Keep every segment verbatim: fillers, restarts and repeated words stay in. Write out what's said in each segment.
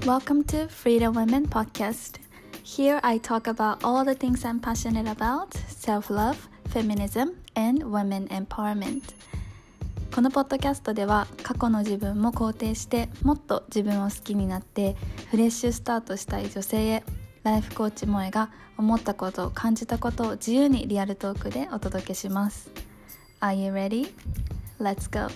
Welcome to Freedom Women Podcast. Here I talk about all the things I'm passionate about: self-love, feminism, and women empowerment. このポッドキャストでは過去の自分も肯定してもっと自分を好きになってフレッシュスタートしたい女性へ、ライフコーチ萌が思ったことを感じたことを自由にリアルトークでお届けします。 Are you ready? Let's go!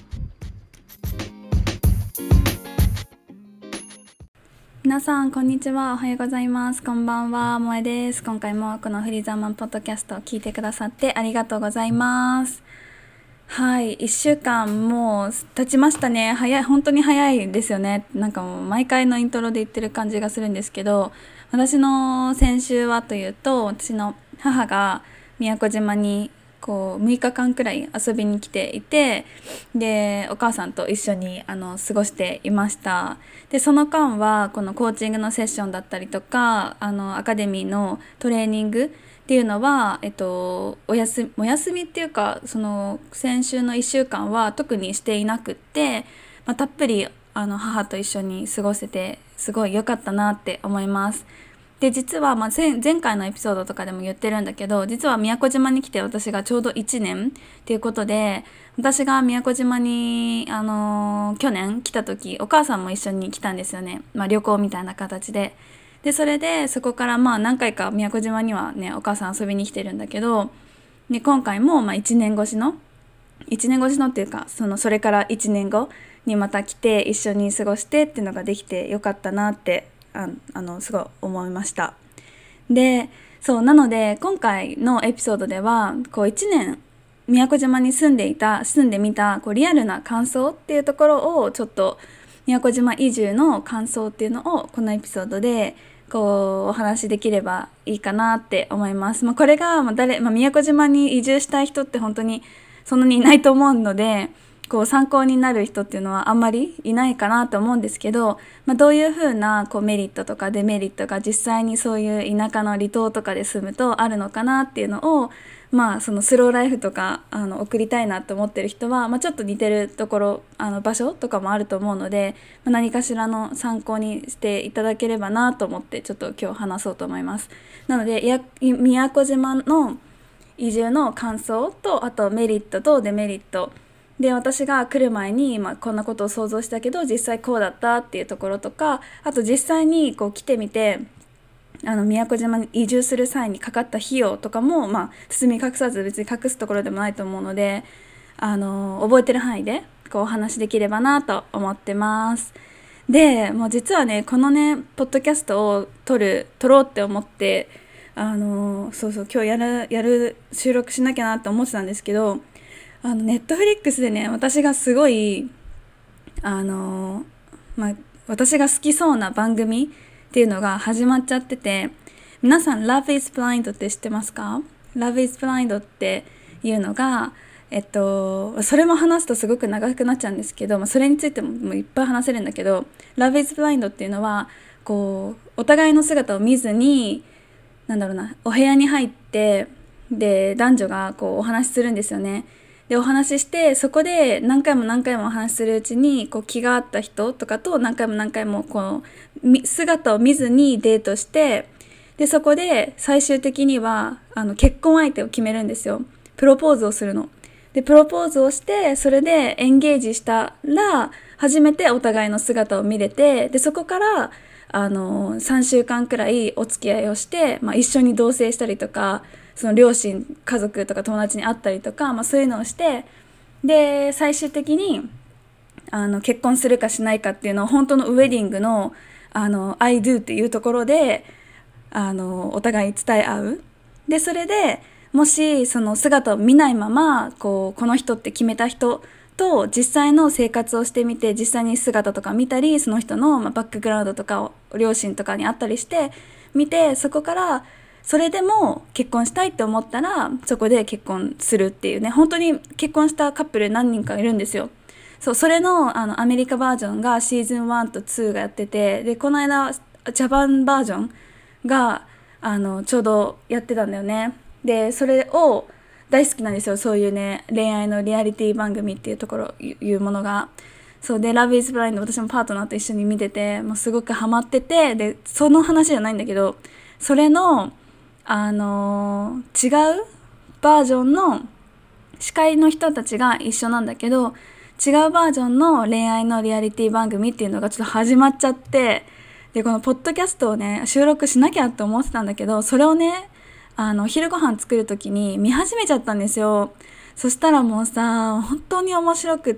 皆さんこんにちは、おはようございます。こんばんは、萌です。今回もこのフリーザーマンポッドキャストを聞いてくださってありがとうございます。はい、いっしゅうかんもう経ちましたね。早い、本当に早いですよね。なんかもう毎回のイントロで言ってる感じがするんですけど、私の先週はというと、私の母が宮古島にこうむいかかんくらい遊びに来ていて、でお母さんと一緒にあの過ごしていました。でその間はこのコーチングのセッションだったりとか、あのアカデミーのトレーニングっていうのは、えっと、お休み、お休みっていうか、その先週のいっしゅうかんは特にしていなくって、まあ、たっぷりあの母と一緒に過ごせてすごい良かったなって思います。で実は、まあ、前, 前回のエピソードとかでも言ってるんだけど、実は宮古島に来て私がちょうどいちねんっていうことで、私が宮古島に、あのー、去年来た時、お母さんも一緒に来たんですよね。まあ、旅行みたいな形で。でそれでそこからまあ何回か宮古島にはねお母さん遊びに来てるんだけど、で今回もまあいちねん越しのいちねん越しのっていうか、そのそれからいちねんごにまた来て一緒に過ごしてっていうのができてよかったなってああのすごい思いました。でそうなので今回のエピソードではこういちねん宮古島に住んでいた住んでみたこうリアルな感想っていうところをちょっと、宮古島移住の感想っていうのをこのエピソードでこうお話しできればいいかなって思います。まあ、これがまあ誰、まあ、宮古島に移住したい人って本当にそんなにいないと思うので、こう参考になる人っていうのはあんまりいないかなと思うんですけど、まあ、どういうふうなこうメリットとかデメリットが実際にそういう田舎の離島とかで住むとあるのかなっていうのを、まあ、そのスローライフとかあの送りたいなと思ってる人は、まあ、ちょっと似てるところあの場所とかもあると思うので、まあ、何かしらの参考にしていただければなと思ってちょっと今日話そうと思います。なのでや宮古島の移住の感想と、あとメリットとデメリットで、私が来る前に、まあ、こんなことを想像したけど実際こうだったっていうところとか、あと実際にこう来てみてあの宮古島に移住する際にかかった費用とかも、まあ、包み隠さず別に隠すところでもないと思うので、あの覚えてる範囲でこうお話しできればなと思ってます。でもう実はねこのねポッドキャストを撮る撮ろうって思って、あのそうそう今日やるやる収録しなきゃなって思ってたんですけど、あのネットフリックスでね私がすごいあの、まあ、私が好きそうな番組っていうのが始まっちゃってて、皆さん Love is Blind って知ってますか？ Love is Blind っていうのが、えっと、それも話すとすごく長くなっちゃうんですけど、まあ、それについてももういっぱい話せるんだけど、 Love is Blind っていうのはこうお互いの姿を見ずに、なんだろうな、お部屋に入ってで男女がこうお話しするんですよね。でお話しして、そこで何回も何回もお話しするうちにこう気が合った人とかと何回も何回もこう姿を見ずにデートして、でそこで最終的にはあの結婚相手を決めるんですよ。プロポーズをするので、プロポーズをして、それでエンゲージしたら初めてお互いの姿を見れて、でそこからあのさんしゅうかんくらいお付き合いをして、まあ、一緒に同棲したりとか、その両親家族とか友達に会ったりとか、まあ、そういうのをして、で最終的にあの結婚するかしないかっていうのを本当のウェディングのあの I do っていうところであのお互い伝え合う。でそれでもしその姿を見ないままこうこの人って決めた人と実際の生活をしてみて、実際に姿とか見たり、その人のバックグラウンドとかを両親とかに会ったりして見て、そこからそれでも結婚したいって思ったらそこで結婚するっていうね、本当に結婚したカップル何人かいるんですよ。そうそれの、あのアメリカバージョンがシーズンワンとツーがやってて、でこの間ジャパンバージョンがあのちょうどやってたんだよね。でそれを大好きなんですよ、そういうね恋愛のリアリティ番組っていうところいうものが。 そうで、ラブイズブラインド私もパートナーと一緒に見てて、もうすごくハマってて、でその話じゃないんだけど、それのあのー違うバージョンの司会の人たちが一緒なんだけど、違うバージョンの恋愛のリアリティ番組っていうのがちょっと始まっちゃって、でこのポッドキャストをね収録しなきゃって思ってたんだけど、それをねあの昼ご飯作る時に見始めちゃったんですよ。そしたらもうさ本当に面白くって、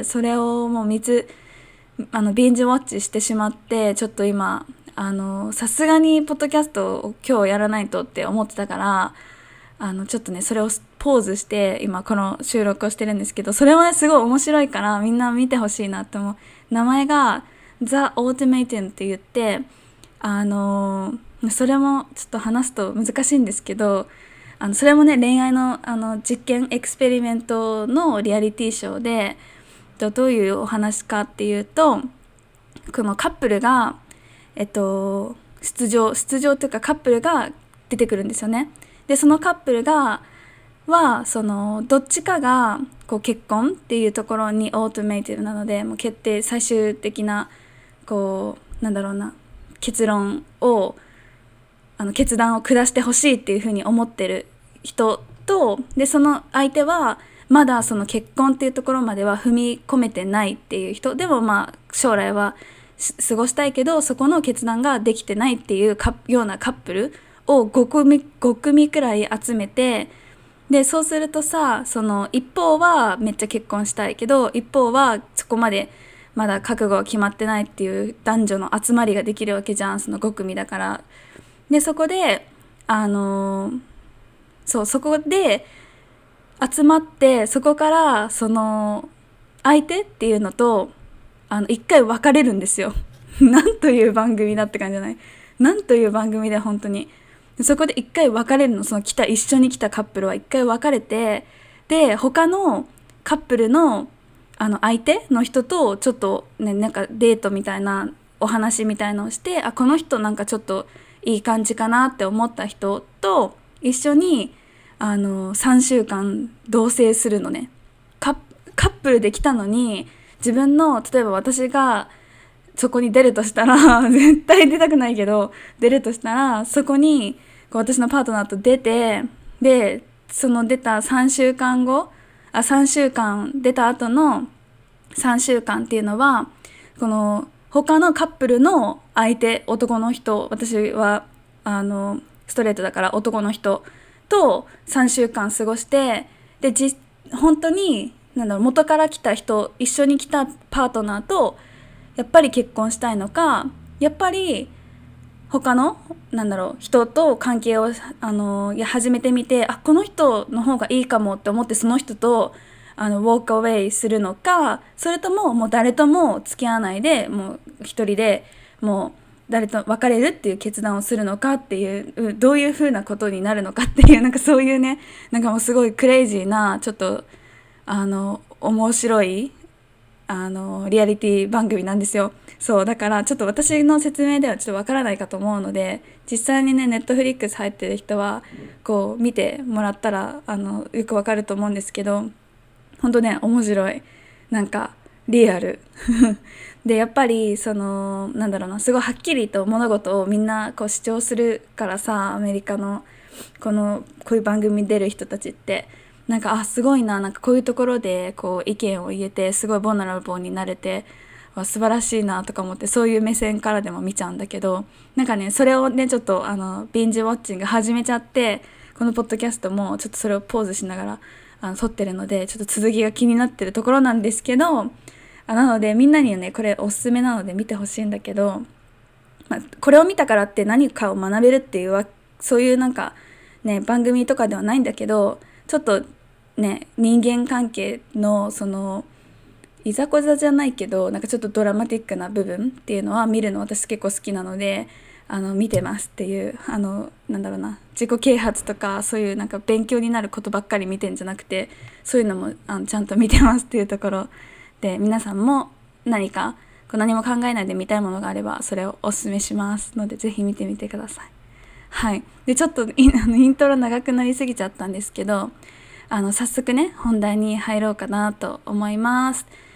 それをもう見つあのビンジウォッチしてしまって、ちょっと今あのさすがにポッドキャストを今日やらないとって思ってたから、あのちょっとねそれをポーズして今この収録をしてるんですけど、それもねすごい面白いからみんな見てほしいなって思う。名前が The Ultimatum って言って、あのそれもちょっと話すと難しいんですけど、あのそれもね恋愛の、あの実験エクスペリメントのリアリティショーで、どういうお話かっていうと、このカップルがえっと出場出場というかカップルが出てくるんですよね。でそのカップルがはそのどっちかがこう結婚っていうところにオートメイティブなので、もう決定最終的なこうなんだろうな結論をあの決断を下してほしいっていうふうに思ってる人と、でその相手はまだその結婚っていうところまでは踏み込めてないっていう人でも、まあ将来は過ごしたいけどそこの決断ができてないっていうかようなカップルをご組ご組くらい集めて、でそうするとさ、その一方はめっちゃ結婚したいけど一方はそこまでまだ覚悟が決まってないっていう男女の集まりができるわけじゃん、そのご組だから。でそこであのーそうそこで集まって、そこからその相手っていうのとあの一回別れるんですよなんという番組だって感じじゃない？なんという番組で本当に。そこで一回別れるの、その来た一緒に来たカップルは一回別れて、で他のカップルのあの相手の人とちょっとねなんかデートみたいなお話みたいのをして、あこの人なんかちょっといい感じかなって思った人と一緒にあのさんしゅうかん同棲するのね。カッカップルで来たのに、自分の例えば私がそこに出るとしたら絶対出たくないけど出るとしたら、そこにこう私のパートナーと出て、でその出たさんしゅうかんごあさんしゅうかん出た後のさんしゅうかんっていうのはこの他のカップルの相手、男の人、私はあのストレートだから男の人とさんしゅうかん過ごして、でじ本当になんだろう元から来た人、一緒に来たパートナーとやっぱり結婚したいのか、やっぱり他のなんだろう人と関係をあのや始めてみて、あこの人の方がいいかもって思ってその人とあのウォークアウェイするのか、それとももう誰とも付き合わないでもう一人でもう誰と別れるっていう決断をするのかっていう、どういう風なことになるのかっていう、なんかそういうね、なんかもうすごいクレイジーなちょっとあの面白いあのリアリティ番組なんですよ。そうだからちょっと私の説明ではちょっとわからないかと思うので、実際にねネットフリックス入ってる人はこう見てもらったらあのよくわかると思うんですけど、ほんとね面白い、なんかリアルでやっぱりそのなんだろうな、すごいはっきりと物事をみんなこう主張するからさ、アメリカのこのこういう番組に出る人たちってなんかあすごいな、なんかこういうところでこう意見を言えてすごいボナラボーになれてわ素晴らしいなとか思って、そういう目線からでも見ちゃうんだけど、なんかねそれをねちょっとあのビンジウォッチング始めちゃって、このポッドキャストもちょっとそれをポーズしながらあの撮ってるので、ちょっと続きが気になってるところなんですけど、あなのでみんなにねこれおすすめなので見てほしいんだけど、まあ、これを見たからって何かを学べるっていうわそういうなんかね番組とかではないんだけど、ちょっとね人間関係のそのいざこざじゃないけどなんかちょっとドラマティックな部分っていうのは見るの私結構好きなので、あの見てますっていう、あのなんだろうな、自己啓発とかそういうなんか勉強になることばっかり見てんじゃなくて、そういうのもあのちゃんと見てますっていうところで、皆さんも何かこう何も考えないで見たいものがあればそれをおすすめしますので、ぜひ見てみてください。はい。でちょっとインあのイントロ長くなりすぎちゃったんですけど、あの早速ね本題に入ろうかなと思います。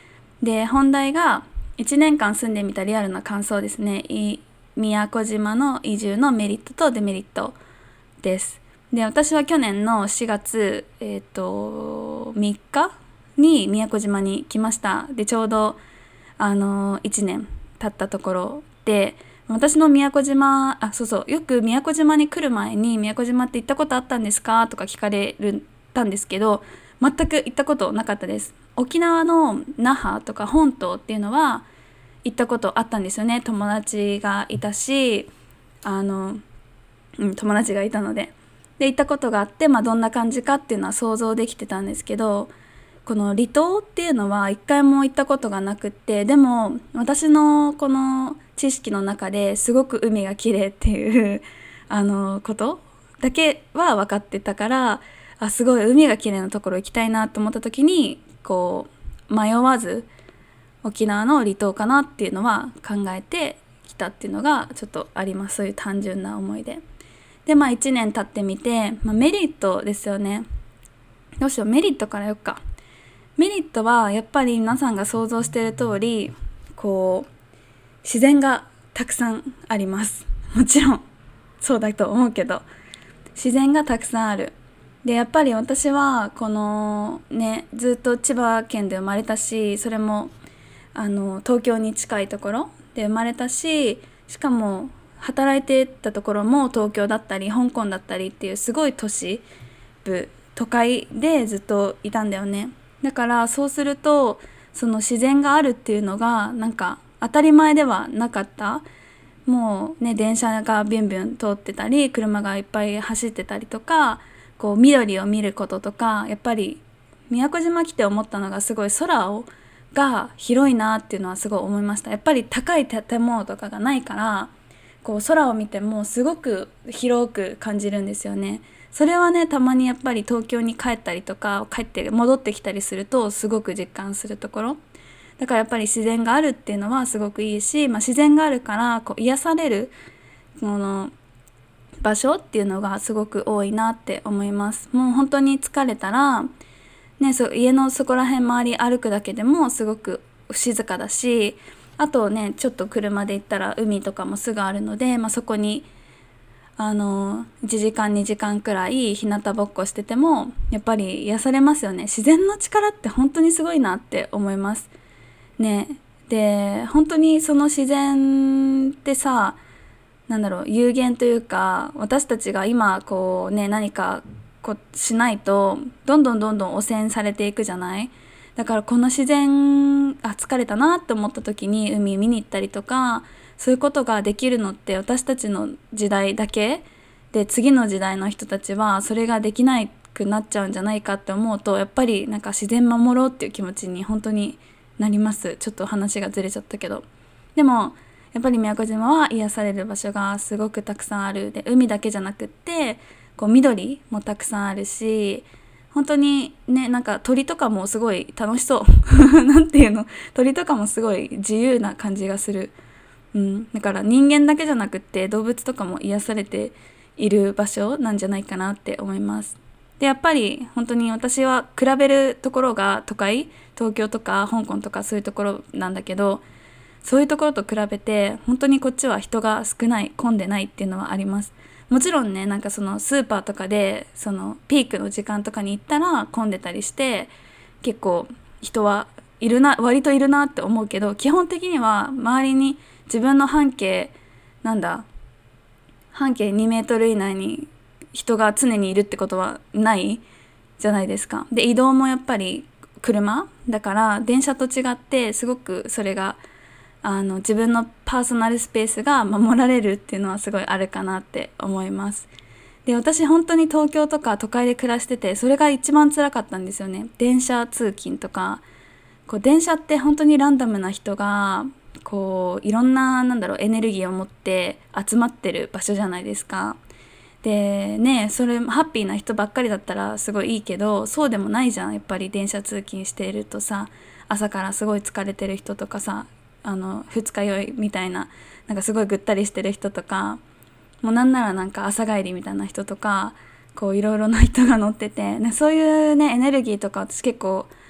で本題がいちねんかん住んでみたリアルな感想ですね。い宮古島の移住のメリットとデメリットです。で私は去年のしがつ、えー、とみっかに宮古島に来ました。でちょうどあのいちねん経ったところで、私の宮古島あそうそうよく宮古島に来る前に宮古島って行ったことあったんですかとか聞かれるたんですけど、全く行ったことなかったです。沖縄の那覇とか本島っていうのは行ったことあったんですよね。友達がいたしあの、うん、友達がいたのでで行ったことがあって、まあ、どんな感じかっていうのは想像できてたんですけど、この離島っていうのは一回も行ったことがなくって、でも私のこの知識の中ですごく海が綺麗っていうあのことだけは分かってたから、あすごい海が綺麗なところ行きたいなと思った時にこう迷わず沖縄の離島かなっていうのは考えてきたっていうのがちょっとあります。そういう単純な思いで。でまあいちねん経ってみて、まあ、メリットですよね。どうしようメリットからよっか。メリットはやっぱり皆さんが想像している通りこう自然がたくさんあります。もちろんそうだと思うけど自然がたくさんある。でやっぱり私はこのねずっと千葉県で生まれたし、それもあの東京に近いところで生まれたし、しかも働いてたところも東京だったり香港だったりっていうすごい都市部都会でずっといたんだよね。だからそうするとその自然があるっていうのがなんか当たり前ではなかった。もうね電車がビュンビュン通ってたり車がいっぱい走ってたりとか、こう緑を見ることとか、やっぱり宮古島来て思ったのがすごい空をが広いなっていうのはすごい思いました。やっぱり高い建物とかがないからこう空を見てもすごく広く感じるんですよね。それはねたまにやっぱり東京に帰ったりとか帰って戻ってきたりするとすごく実感するところだから、やっぱり自然があるっていうのはすごくいいし、まあ、自然があるからこう癒されるこの場所っていうのがすごく多いなって思います。もう本当に疲れたらね、そう家のそこら辺周り歩くだけでもすごく静かだし、あとねちょっと車で行ったら海とかもすぐあるので、まあ、そこにあのいちじかんにじかんくらい日向ぼっこしててもやっぱり癒されますよね。自然の力って本当にすごいなって思いますね。で本当にその自然ってさ、なんだろう有限というか、私たちが今こうね何かこうしないとどんどんどんどん汚染されていくじゃない。だからこの自然あ疲れたなって思った時に海見に行ったりとか、そういうことができるのって私たちの時代だけで、次の時代の人たちはそれができなくなっちゃうんじゃないかって思うと、やっぱりなんか自然守ろうっていう気持ちに本当になります。ちょっと話がずれちゃったけど、でもやっぱり宮古島は癒される場所がすごくたくさんある。で海だけじゃなくってこう緑もたくさんあるし、本当にねなんか鳥とかもすごい楽しそうなんていうの、鳥とかもすごい自由な感じがする、うん、だから人間だけじゃなくって動物とかも癒されている場所なんじゃないかなって思います。でやっぱり本当に私は比べるところが都会、東京とか香港とかそういうところなんだけど、そういうところと比べて本当にこっちは人が少ない、混んでないっていうのはあります。もちろんねなんかそのスーパーとかでそのピークの時間とかに行ったら混んでたりして結構人はいるな割といるなって思うけど、基本的には周りに自分の半径なんだ半径にメートル以内に人が常にいるってことはないじゃないですか。で移動もやっぱり車だから電車と違ってすごくそれがあの自分のパーソナルスペースが守られるっていうのはすごいあるかなって思います。で私本当に東京とか都会で暮らしててそれが一番辛かったんですよね。電車通勤とかこう電車って本当にランダムな人がこういろんななんだろうエネルギーを持って集まってる場所じゃないですか。でねそれハッピーな人ばっかりだったらすごいいいけど、そうでもないじゃん。やっぱり電車通勤しているとさ、朝からすごい疲れてる人とかさ、あの二日酔いみたいななんかすごいぐったりしてる人とか、もうなんならなんか朝帰りみたいな人とかこういろいろな人が乗ってて、ね、そういうねエネルギーとか私結構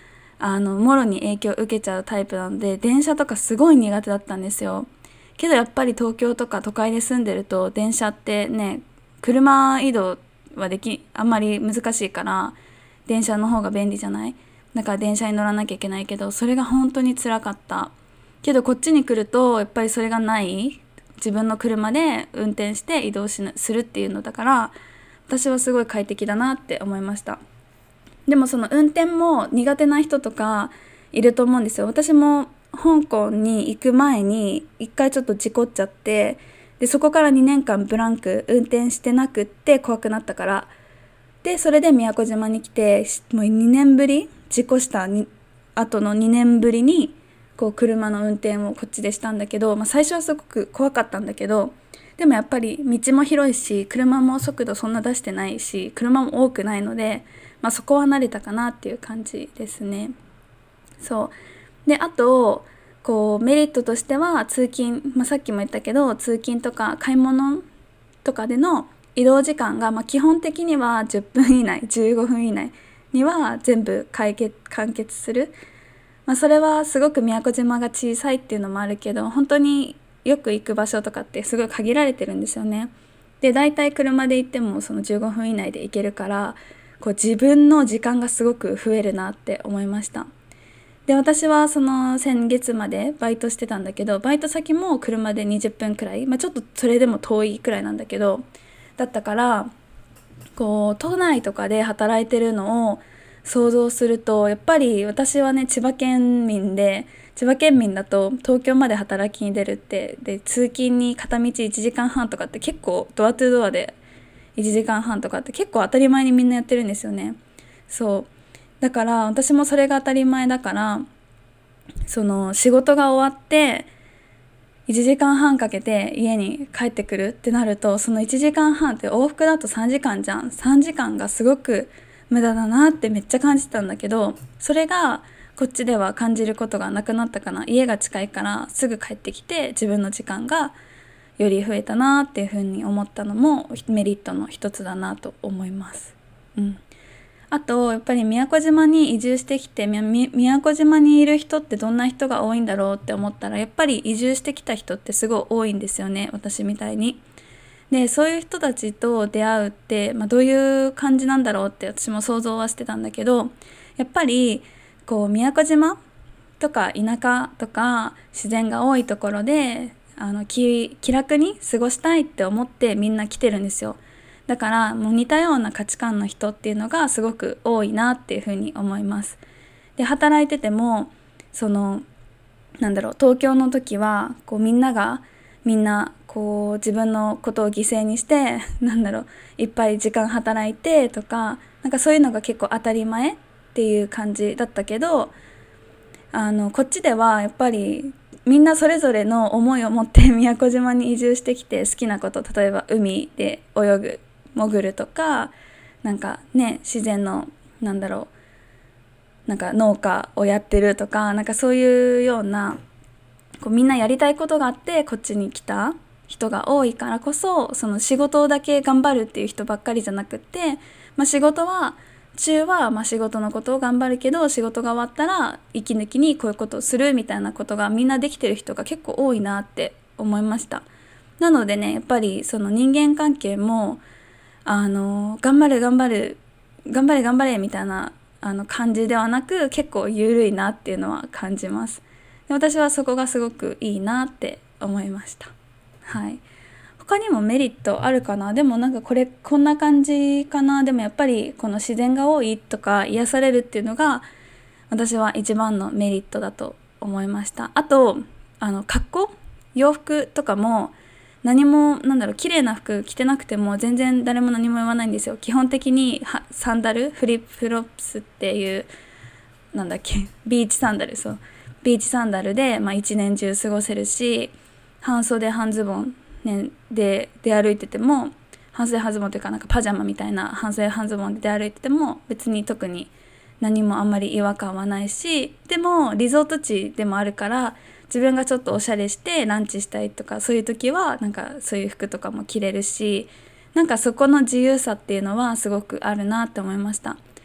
あのもろに影響を受けちゃうタイプなので、電車とかすごい苦手だったんですよ。けどやっぱり東京とか都会で住んでると電車ってね、車移動はできあんまり難しいから電車の方が便利じゃない。だから電車に乗らなきゃいけないけど、それが本当に辛かった。けどこっちに来るとやっぱりそれがない、自分の車で運転して移動しなするっていうのだから、私はすごい快適だなって思いました。でもその運転も苦手な人とかいると思うんですよ。私も香港に行く前に一回ちょっと事故っちゃって、でそこからにねんかんブランク運転してなくって、怖くなったから。でそれで宮古島に来て、もうにねんぶり、事故したに後のにねんぶりにこう車の運転をこっちでしたんだけど、まあ、最初はすごく怖かったんだけど、でもやっぱり道も広いし、車も速度そんな出してないし、車も多くないので、まあ、そこは慣れたかなっていう感じですね。そうで、あとこうメリットとしては通勤、まあ、さっきも言ったけど通勤とか買い物とかでの移動時間が、まあ、基本的にはじゅっぷん以内じゅうごふん以内には全部解決完結する。まあ、それはすごく宮古島が小さいっていうのもあるけど、本当によく行く場所とかってすごい限られてるんですよね。で大体車で行ってもそのじゅうごふん以内で行けるから、こう自分の時間がすごく増えるなって思いました。で私はその先月までバイトしてたんだけど、バイト先も車でにじゅっぷんくらい、まあ、ちょっとそれでも遠いくらいなんだけどだったから、こう都内とかで働いてるのを想像すると、やっぱり私はね千葉県民で、千葉県民だと東京まで働きに出るって、で通勤に片道いちじかんはんとかって結構、ドアトゥドアでいちじかんはんとかって結構当たり前にみんなやってるんですよね。そうだから私もそれが当たり前だから、その仕事が終わっていちじかんはんかけて家に帰ってくるってなると、そのいちじかんはんって往復だとさんじかんじゃん。さんじかんがすごく無駄だなってめっちゃ感じてたんだけど、それがこっちでは感じることがなくなったかな。家が近いからすぐ帰ってきて自分の時間がより増えたなっていうふうに思ったのもメリットの一つだなと思います。うん。あとやっぱり宮古島に移住してきて、宮古島にいる人ってどんな人が多いんだろうって思ったら、やっぱり移住してきた人ってすごい多いんですよね、私みたいに。でそういう人たちと出会うって、まあ、どういう感じなんだろうって私も想像はしてたんだけど、やっぱりこう宮古島とか田舎とか自然が多いところであの 気, 気楽に過ごしたいって思ってみんな来てるんですよ。だからもう似たような価値観の人っていうのがすごく多いなっていうふうに思います。で働いててもそのなんだろう、東京の時はこうみんながみんなこう自分のことを犠牲にしてなんだろういっぱい時間働いてとか、なんかそういうのが結構当たり前っていう感じだったけど、あのこっちではやっぱりみんなそれぞれの思いを持って宮古島に移住してきて、好きなこと、例えば海で泳ぐ、潜るとか、なんかね自然のなんだろうなんか農家をやってるとか、なんかそういうようなこうみんなやりたいことがあってこっちに来た人が多いからこそ、その仕事だけ頑張るっていう人ばっかりじゃなくって、まあ、仕事は中はまあ仕事のことを頑張るけど、仕事が終わったら息抜きにこういうことをするみたいなことがみんなできてる人が結構多いなって思いました。なのでね、やっぱりその人間関係もあの頑張る頑張る頑張れ頑張れみたいなあの感じではなく、結構緩いなっていうのは感じます。で私はそこがすごくいいなって思いました。はい。他にもメリットあるかな。でもなんかこれこんな感じかな。でもやっぱりこの自然が多いとか癒されるっていうのが私は一番のメリットだと思いました。あとあの格好、洋服とかも何もなんだろう綺麗な服着てなくても全然誰も何も言わないんですよ。基本的にサンダル、フリップフロップスっていうなんだっけビーチサンダル、そうビーチサンダルで、まあ、一年中過ごせるし、半袖半ズボン、ね、で出歩いてても、半袖半ズボンというかなんかパジャマみたいな半袖半ズボンで出歩いてても別に特に何もあんまり違和感はないし、でもリゾート地でもあるから自分がちょっとおしゃれしてランチしたいとかそういう時はなんかそういう服とかも着れるし、なんかそこの自由さっていうのはすごくあるなって思いました。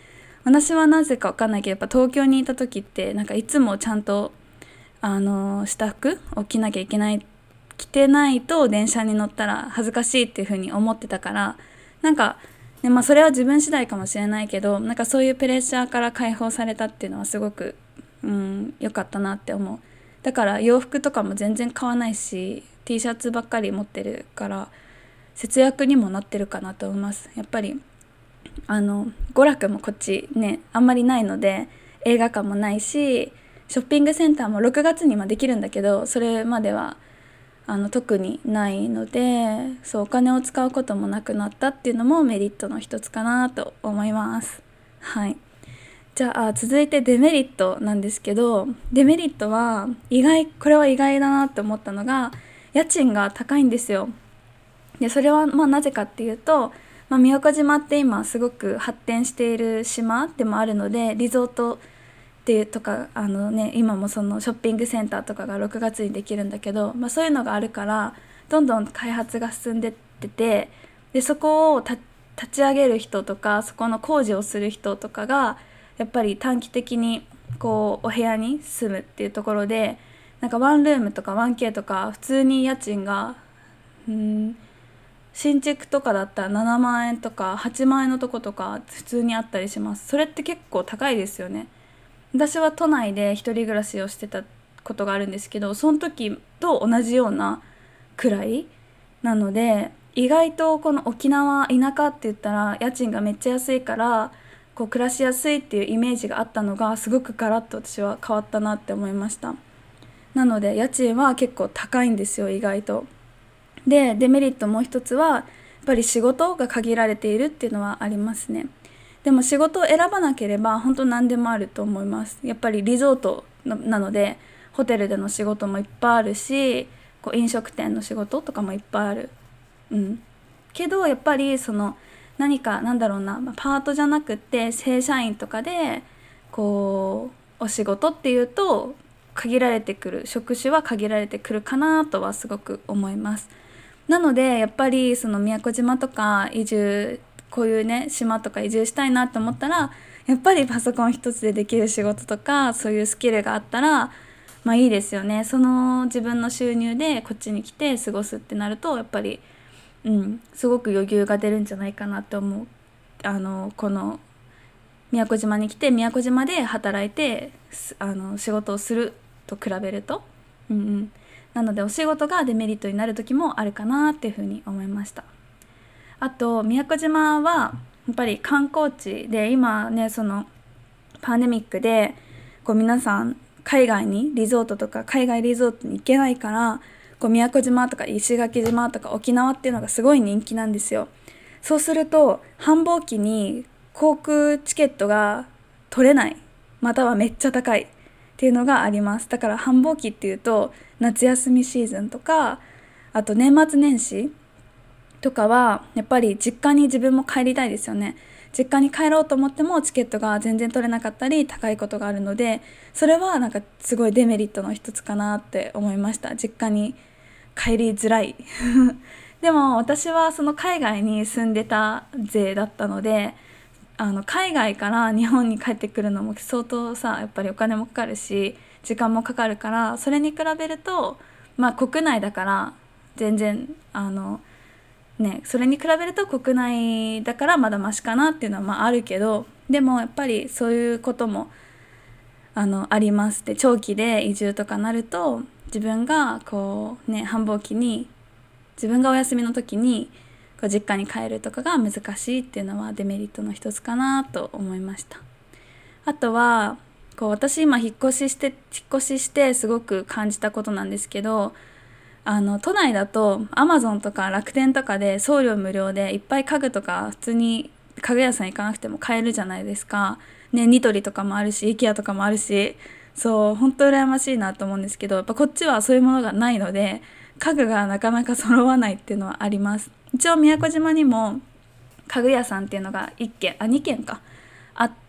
私はなぜかわかんないけど、やっぱ東京にいた時ってなんかいつもちゃんとあの下服を着なきゃいけない、着てないと電車に乗ったら恥ずかしいっていう風に思ってたから、なんか、ね、まあそれは自分次第かもしれないけど、なんかそういうプレッシャーから解放されたっていうのはすごくうん良かったなって思う。だから洋服とかも全然買わないし T シャツばっかり持ってるから節約にもなってるかなと思います。やっぱりあの娯楽もこっちねあんまりないので、映画館もないしショッピングセンターもろくがつにまできるんだけど、それまではあの特にないので、そうお金を使うこともなくなったっていうのもメリットの一つかなと思います。はい。じゃあ続いてデメリットなんですけど、デメリットは意外これは意外だなって思ったのが、家賃が高いんですよ。でそれはまあなぜかっていうと、まあ、宮古島って今すごく発展している島でもあるので、リゾートっていうとかあの、ね、今もそのショッピングセンターとかがろくがつにできるんだけど、まあ、そういうのがあるからどんどん開発が進んでってて、でそこを立ち上げる人とかそこの工事をする人とかがやっぱり短期的にこうお部屋に住むっていうところで、なんかワンルームとか ワンケー とか普通に家賃がうん新築とかだったらななまん円とかはちまん円のとことか普通にあったりします。それって結構高いですよね。私は都内で一人暮らしをしてたことがあるんですけど、その時と同じようなくらいなので、意外とこの沖縄田舎って言ったら家賃がめっちゃ安いからこう暮らしやすいっていうイメージがあったのがすごくガラッと私は変わったなって思いました。なので家賃は結構高いんですよ、意外と。でデメリットもう一つはやっぱり仕事が限られているっていうのはありますね。でも仕事を選ばなければ本当何でもあると思います。やっぱりリゾートなのでホテルでの仕事もいっぱいあるし、こう飲食店の仕事とかもいっぱいある。うん。けどやっぱりその何かなんだろうな、パートじゃなくって正社員とかでこうお仕事っていうと限られてくる、職種は限られてくるかなとはすごく思います。なのでやっぱりその宮古島とか移住、こういうね島とか移住したいなと思ったら、やっぱりパソコン一つでできる仕事とかそういうスキルがあったらまあいいですよね。その自分の収入でこっちに来て過ごすってなるとやっぱりうんすごく余裕が出るんじゃないかなって思う。あのこの宮古島に来て宮古島で働いてあの仕事をすると比べると、うんうん、なのでお仕事がデメリットになる時もあるかなっていうふうに思いました。あと宮古島はやっぱり観光地で、今ねそのパンデミックでこう皆さん海外にリゾートとか海外リゾートに行けないから、こう宮古島とか石垣島とか沖縄っていうのがすごい人気なんですよ。そうすると繁忙期に航空チケットが取れない、またはめっちゃ高いっていうのがあります。だから繁忙期っていうと夏休みシーズンとか、あと年末年始とかはやっぱり実家に自分も帰りたいですよね。実家に帰ろうと思ってもチケットが全然取れなかったり高いことがあるので、それはなんかすごいデメリットの一つかなって思いました。実家に帰りづらいでも私はその海外に住んでた勢だったので、あの海外から日本に帰ってくるのも相当さやっぱりお金もかかるし時間もかかるから、それに比べるとまあ国内だから全然あのね、それに比べると国内だからまだマシかなっていうのはまああるけど、でもやっぱりそういうこともあのあります。で長期で移住とかなると自分がこうね繁忙期に自分がお休みの時にこう実家に帰るとかが難しいっていうのはデメリットの一つかなと思いました。あとはこう私今引っ越しして引っ越ししてすごく感じたことなんですけど、あの都内だとアマゾンとか楽天とかで送料無料でいっぱい家具とか普通に家具屋さん行かなくても買えるじゃないですか。ね、ニトリとかもあるし IKEA とかもあるし、そう本当羨ましいなと思うんですけど、やっぱこっちはそういうものがないので家具がなかなか揃わないっていうのはあります。一応宮古島にも家具屋さんっていうのがいっけんあにけんかあって、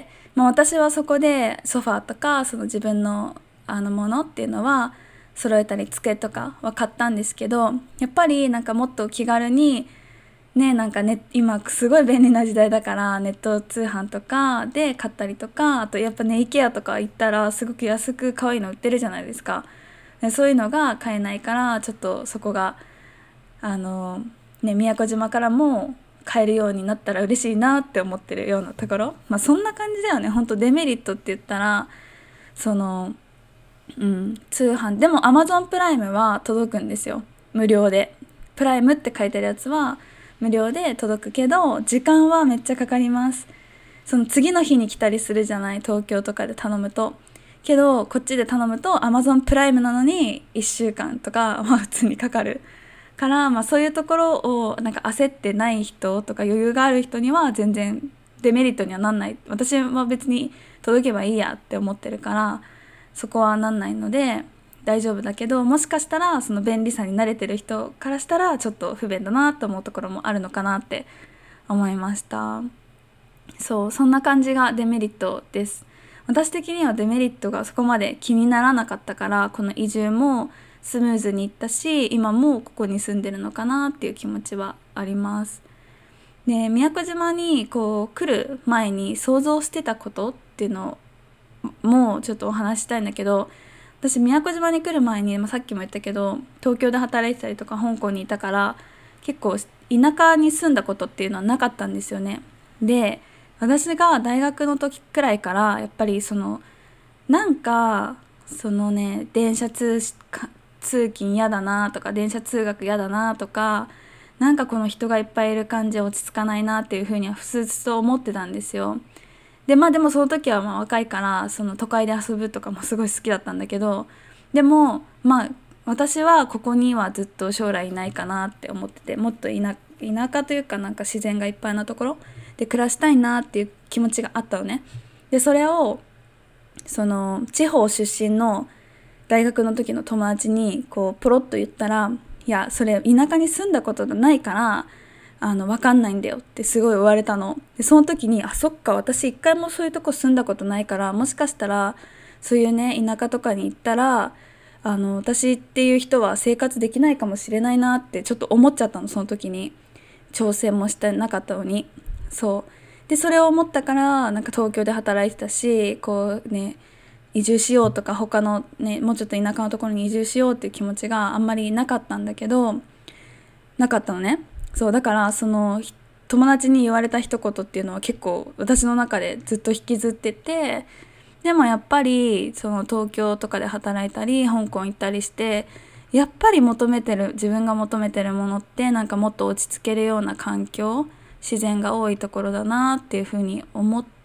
まあ、私はそこでソファーとかその自分のあのものっていうのは揃えたり机とかは買ったんですけど、やっぱりなんかもっと気軽にね、なんかね、今すごい便利な時代だからネット通販とかで買ったりとか、あとやっぱね IKEA とか行ったらすごく安く可愛いの売ってるじゃないですか。でそういうのが買えないから、ちょっとそこがあのね宮古島からも買えるようになったら嬉しいなって思ってるようなところ、まあそんな感じだよね。ほんとデメリットって言ったら、そのうん通販でも Amazon プライムは届くんですよ、無料で。プライムって書いてるやつは無料で届くけど、時間はめっちゃかかります。その次の日に来たりするじゃない、東京とかで頼むと。けどこっちで頼むと Amazon プライムなのにいっしゅうかんとか、まあ、普通にかかるから、まあ、そういうところをなんか焦ってない人とか余裕がある人には全然デメリットにはなんない。私は別に届けばいいやって思ってるから、そこはなんないので大丈夫だけど、もしかしたらその便利さに慣れてる人からしたらちょっと不便だなと思うところもあるのかなって思いました。そう、そんな感じがデメリットです。私的にはデメリットがそこまで気にならなかったから、この移住もスムーズにいったし、今もここに住んでるのかなっていう気持ちはあります。で、宮古島にこう来る前に想像してたことっていうのもちょっとお話ししたいんだけど、私宮古島に来る前に、まあ、さっきも言ったけど東京で働いてたりとか香港にいたから、結構田舎に住んだことっていうのはなかったんですよね。で、私が大学の時くらいからやっぱりそのなんかそのね電車通通勤嫌だなとか、電車通学嫌だなとか、なんかこの人がいっぱいいる感じ落ち着かないなっていうふうにはふつふつと思ってたんですよ。でまあでもその時はまあ若いから、その都会で遊ぶとかもすごい好きだったんだけど、でもまあ私はここにはずっと将来いないかなって思ってて、もっと田田舎というかなんか自然がいっぱいなところで暮らしたいなっていう気持ちがあったのね。でそれをその地方出身の大学の時の友達にこうポロッと言ったら、いやそれ田舎に住んだことがないからあの分かんないんだよってすごい言われたの。でその時に、あそっか、私一回もそういうとこ住んだことないから、もしかしたらそういうね田舎とかに行ったらあの私っていう人は生活できないかもしれないなってちょっと思っちゃったの。その時に挑戦もしてなかったのに。そうでそれを思ったから、なんか東京で働いてたし、こうね移住しようとか、他のねもうちょっと田舎のところに移住しようっていう気持ちがあんまりなかったんだけど、なかったのね。そうだから、その友達に言われた一言っていうのは結構私の中でずっと引きずってて、でもやっぱりその東京とかで働いたり香港行ったりして、やっぱり求めてる自分が求めてるものってなんかもっと落ち着けるような環境、自然が多いところだなっていうふうに思って、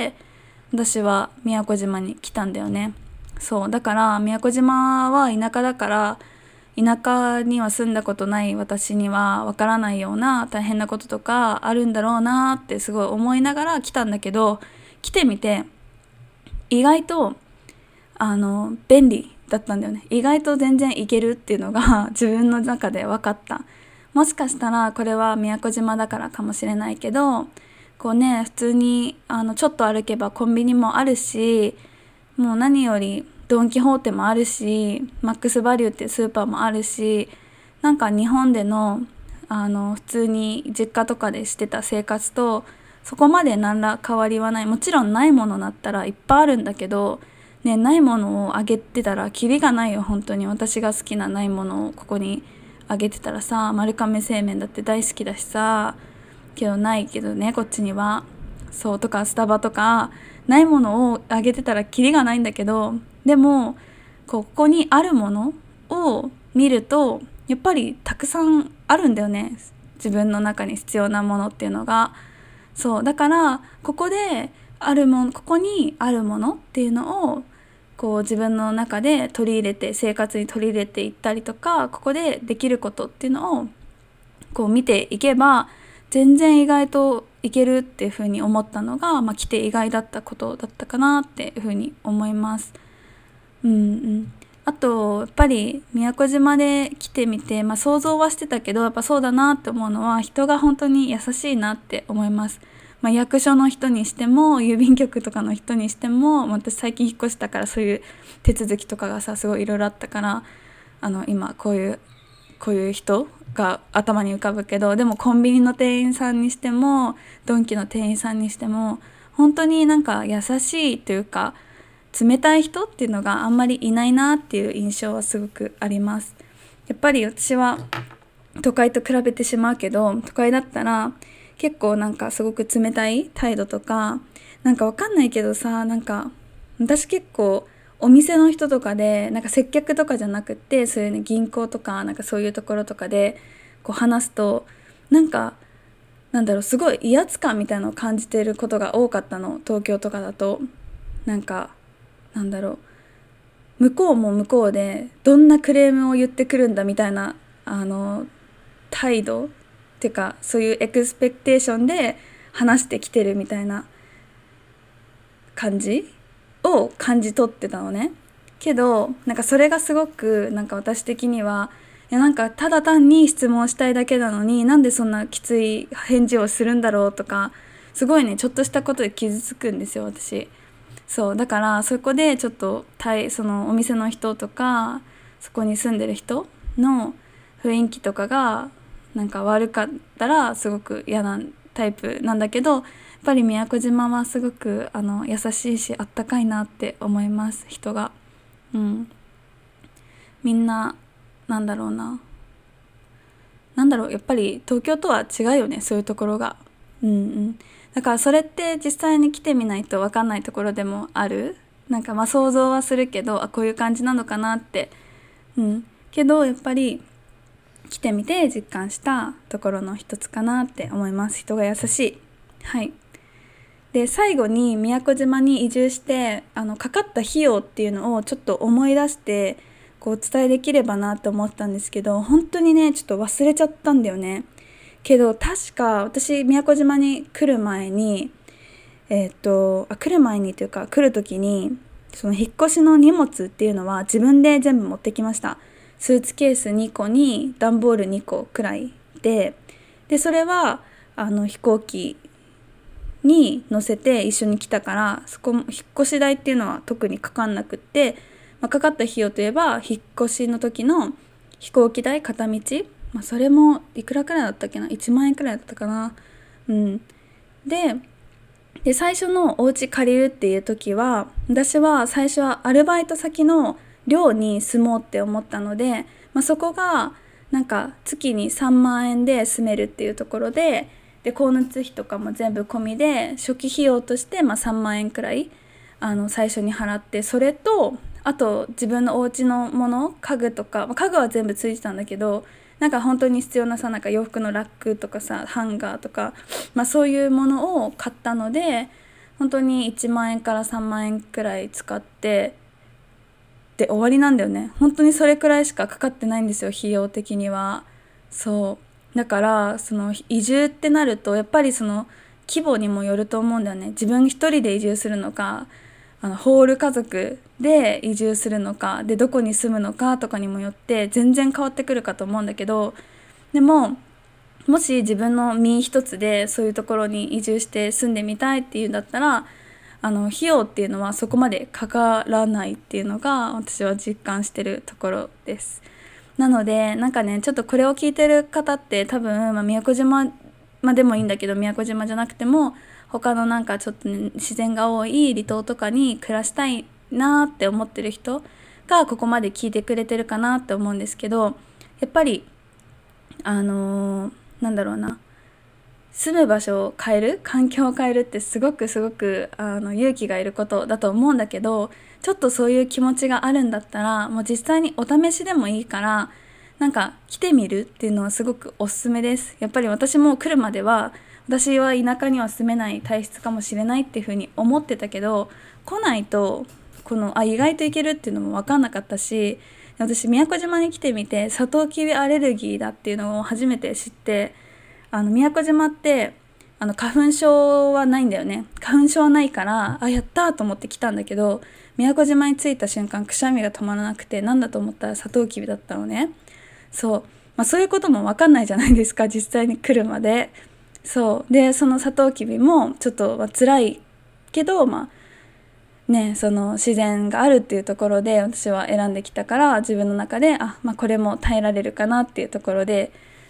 私は宮古島に来たんだよね。そうだから宮古島は田舎だから、田舎には住んだことない私にはわからないような大変なこととかあるんだろうなってすごい思いながら来たんだけど、来てみて意外とあの便利だったんだよね。意外と全然いけるっていうのが自分の中で分かった。もしかしたらこれは宮古島だからかもしれないけど、こうね普通にあのちょっと歩けばコンビニもあるし、もう何よりドン・キホーテもあるし、マックスバリューっていうスーパーもあるし、なんか日本でのあの普通に実家とかでしてた生活とそこまで何ら変わりはない。もちろんないものだったらいっぱいあるんだけど、ね、ないものをあげてたらキリがないよ。本当に私が好きなないものをここにあげてたらさ、丸亀製麺だって大好きだしさ、けどないけどねこっちには。そうとかスタバとかないものをあげてたらキリがないんだけど、でもここにあるものを見るとやっぱりたくさんあるんだよね、自分の中に必要なものっていうのが。そうだからここであるものここにあるものっていうのをこう自分の中で取り入れて生活に取り入れていったりとか、ここでできることっていうのをこう見ていけば全然意外といけるっていうふうに思ったのが、まあ、来て意外だったことだったかなっていうふうに思います。うんうん、あとやっぱり宮古島で来てみて、まあ、想像はしてたけどやっぱそうだなって思うのは人が本当に優しいなって思います。まあ、役所の人にしても郵便局とかの人にしても、私最近引っ越したからそういう手続きとかがさすごいいろいろあったから、あの今こういうこういう人が頭に浮かぶけど、でもコンビニの店員さんにしてもドンキの店員さんにしても本当になんか優しいというか冷たい人っていうのがあんまりいないなっていう印象はすごくあります。やっぱり私は都会と比べてしまうけど、都会だったら結構なんかすごく冷たい態度とか、なんかわかんないけどさ、なんか私結構お店の人とかでなんか接客とかじゃなくって、そういうね銀行とかなんかそういうところとかでこう話すと、なんかなんだろう、すごい威圧感みたいなのを感じていることが多かったの、東京とかだと。なんかなんだろう、向こうも向こうでどんなクレームを言ってくるんだみたいなあの態度っていうか、そういうエクスペクテーションで話してきてるみたいな感じを感じ取ってたのね。けどなんかそれがすごくなんか私的には、いやなんかただ単に質問したいだけなのになんでそんなきつい返事をするんだろうとか、すごいねちょっとしたことで傷つくんですよ私。そうだからそこでちょっと対そのお店の人とかそこに住んでる人の雰囲気とかがなんか悪かったらすごく嫌なタイプなんだけど、やっぱり宮古島はすごくあの優しいしあったかいなって思います、人が。うん、みんななんだろうな、なんだろう、やっぱり東京とは違うよね、そういうところが。うんうん。だからそれって実際に来てみないと分かんないところでもある。なんかまあ想像はするけど、あこういう感じなのかなって。うん。けどやっぱり来てみて実感したところの一つかなって思います。人が優しい。はい。で最後に宮古島に移住してあのかかった費用っていうのをちょっと思い出してこうお伝えできればなって思ったんですけど、本当にねちょっと忘れちゃったんだよね。けど確か私宮古島に来る前にえっとあ来る前にというか来る時にその引っ越しの荷物っていうのは自分で全部持ってきました。スーツケースにこに段ボールにこくらいで、でそれはあの飛行機に乗せて一緒に来たから、そこも引っ越し代っていうのは特にかかんなくって、まあ、かかった費用といえば引っ越しの時の飛行機代片道、まあ、それもいくらくらいだったっけな、いちまん円くらいだったかな。うんでで最初のお家借りるっていう時は、私は最初はアルバイト先の寮に住もうって思ったので、まあ、そこがなんか月にさんまん円で住めるっていうところで、で光熱費とかも全部込みで初期費用としてまあさんまん円くらいあの最初に払って、それとあと自分のお家のもの、家具とか、まあ、家具は全部ついてたんだけど、なんか本当に必要なさ、なんか洋服のラックとかさ、ハンガーとか、まあ、そういうものを買ったので、本当にいちまん円からさんまん円くらい使ってで終わりなんだよね。本当にそれくらいしかかかってないんですよ、費用的には。そうだからその移住ってなるとやっぱりその規模にもよると思うんだよね。自分一人で移住するのか、あのホール家族で移住するのかで、どこに住むのかとかにもよって全然変わってくるかと思うんだけど、でももし自分の身一つでそういうところに移住して住んでみたいっていうんだったら、あの費用っていうのはそこまでかからないっていうのが私は実感してるところです。なのでなんかね、ちょっとこれを聞いてる方って多分、まあ、宮古島、まあ、でもいいんだけど宮古島じゃなくても他のなんかちょっと、ね、自然が多い離島とかに暮らしたいなって思ってる人がここまで聞いてくれてるかなって思うんですけど、やっぱりあのーなんだろうな、住む場所を変える、環境を変えるってすごくすごくあの勇気がいることだと思うんだけど、ちょっとそういう気持ちがあるんだったらもう実際にお試しでもいいからなんか来てみるっていうのはすごくおすすめです。やっぱり私も来るまでは私は田舎には住めない体質かもしれないっていうふうに思ってたけど、来ないとこのあ意外といけるっていうのも分かんなかったし、私宮古島に来てみてサトウキビアレルギーだっていうのを初めて知って、あの宮古島ってあの花粉症はないんだよね。花粉症はないからあやったと思って来たんだけど、宮古島に着いた瞬間くしゃみが止まらなくて、なんだと思ったらサトウキビだったのね。そう、まあ、そういうことも分かんないじゃないですか、実際に来るまで。そうでそのサトウキビもちょっとまあ辛いけど、まあね、その自然があるっていうところで私は選んできたから、自分の中であ、まあ、これも耐えられるかなっていうところで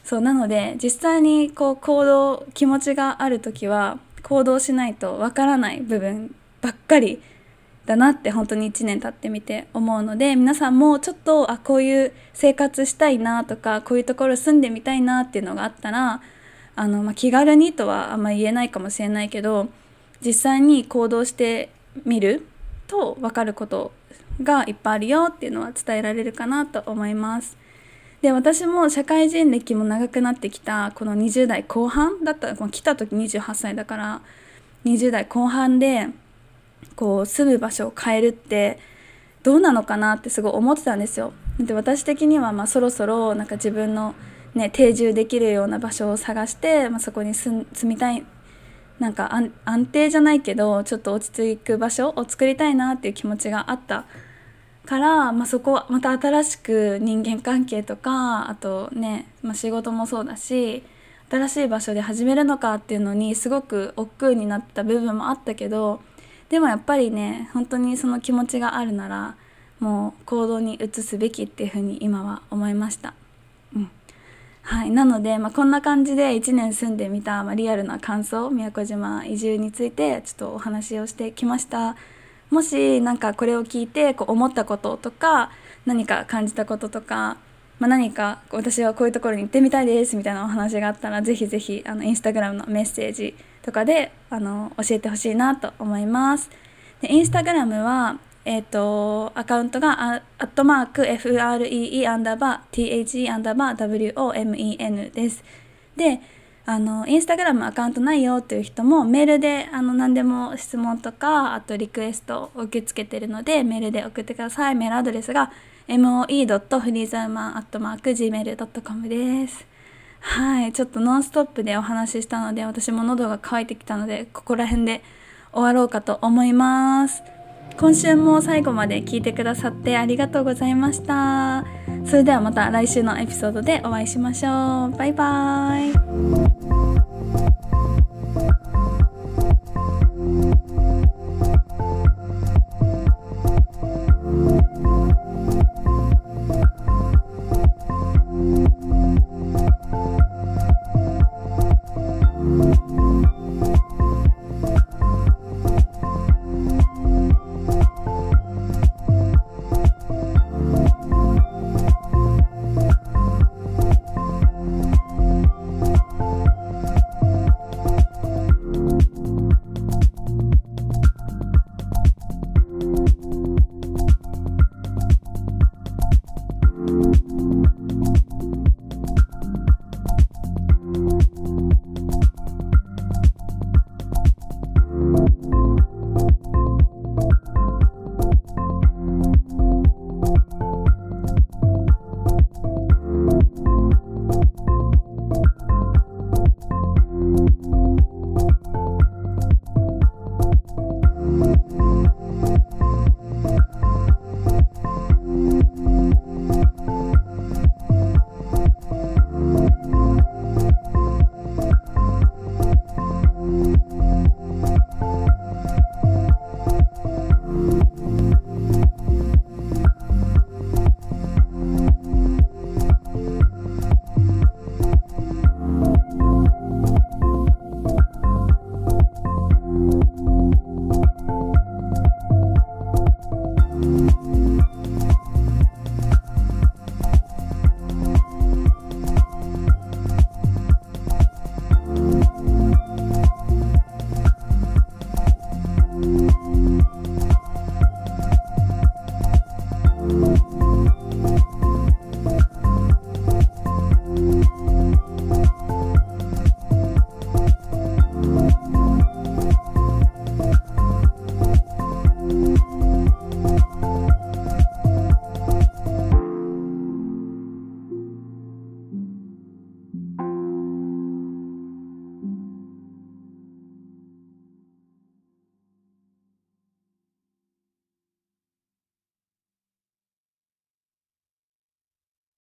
そうなので実際にこう行動気持ちがある時は行動しないとわからない部分ばっかりだなって本当にいちねん経ってみて思うので、皆さんもちょっとあこういう生活したいなとかこういうところ住んでみたいなっていうのがあったらあの、まあ、気軽にとはあんまり言えないかもしれないけど、実際に行動してみると分かることがいっぱいあるよっていうのは伝えられるかなと思います。で私も社会人歴も長くなってきたこのにじゅう代後半だった、来た時にじゅうはっさいだからにじゅう代後半でこう住む場所を変えるってどうなのかなってすごい思ってたんですよ。で私的にはまあそろそろなんか自分の、ね、定住できるような場所を探して、まあ、そこに住みたい、なんか安安定じゃないけどちょっと落ち着く場所を作りたいなっていう気持ちがあったから、まあ、そこまた新しく人間関係とかあとね、まあ、仕事もそうだし新しい場所で始めるのかっていうのにすごく億劫になった部分もあったけど、でもやっぱりね本当にその気持ちがあるならもう行動に移すべきっていうふうに今は思いました。うんはい、なので、まあ、こんな感じでいちねん住んでみた、まあ、リアルな感想、宮古島移住についてちょっとお話をしてきました。もしなんかこれを聞いてこう思ったこととか何か感じたこととか、まあ、何か私はこういうところに行ってみたいですみたいなお話があったらぜひぜひあのインスタグラムのメッセージとかであの教えてほしいなと思います。でインスタグラムはえっとアカウントがアットマーク エフアールイーイー アンダーバー ティーエイチイー アンダーバー ダブリューオーエムイーエヌ です。であのインスタグラムアカウントないよっていう人もメールであの何でも質問とかあとリクエストを受け付けてるのでメールで送ってください。メールアドレスが エムオーイードットフリーザーマンアットマークジーメールドットコム です。はい、ちょっとノンストップでお話ししたので私も喉が渇いてきたのでここら辺で終わろうかと思います。今週も最後まで聞いてくださってありがとうございました。それではまた来週のエピソードでお会いしましょう。バイバイ。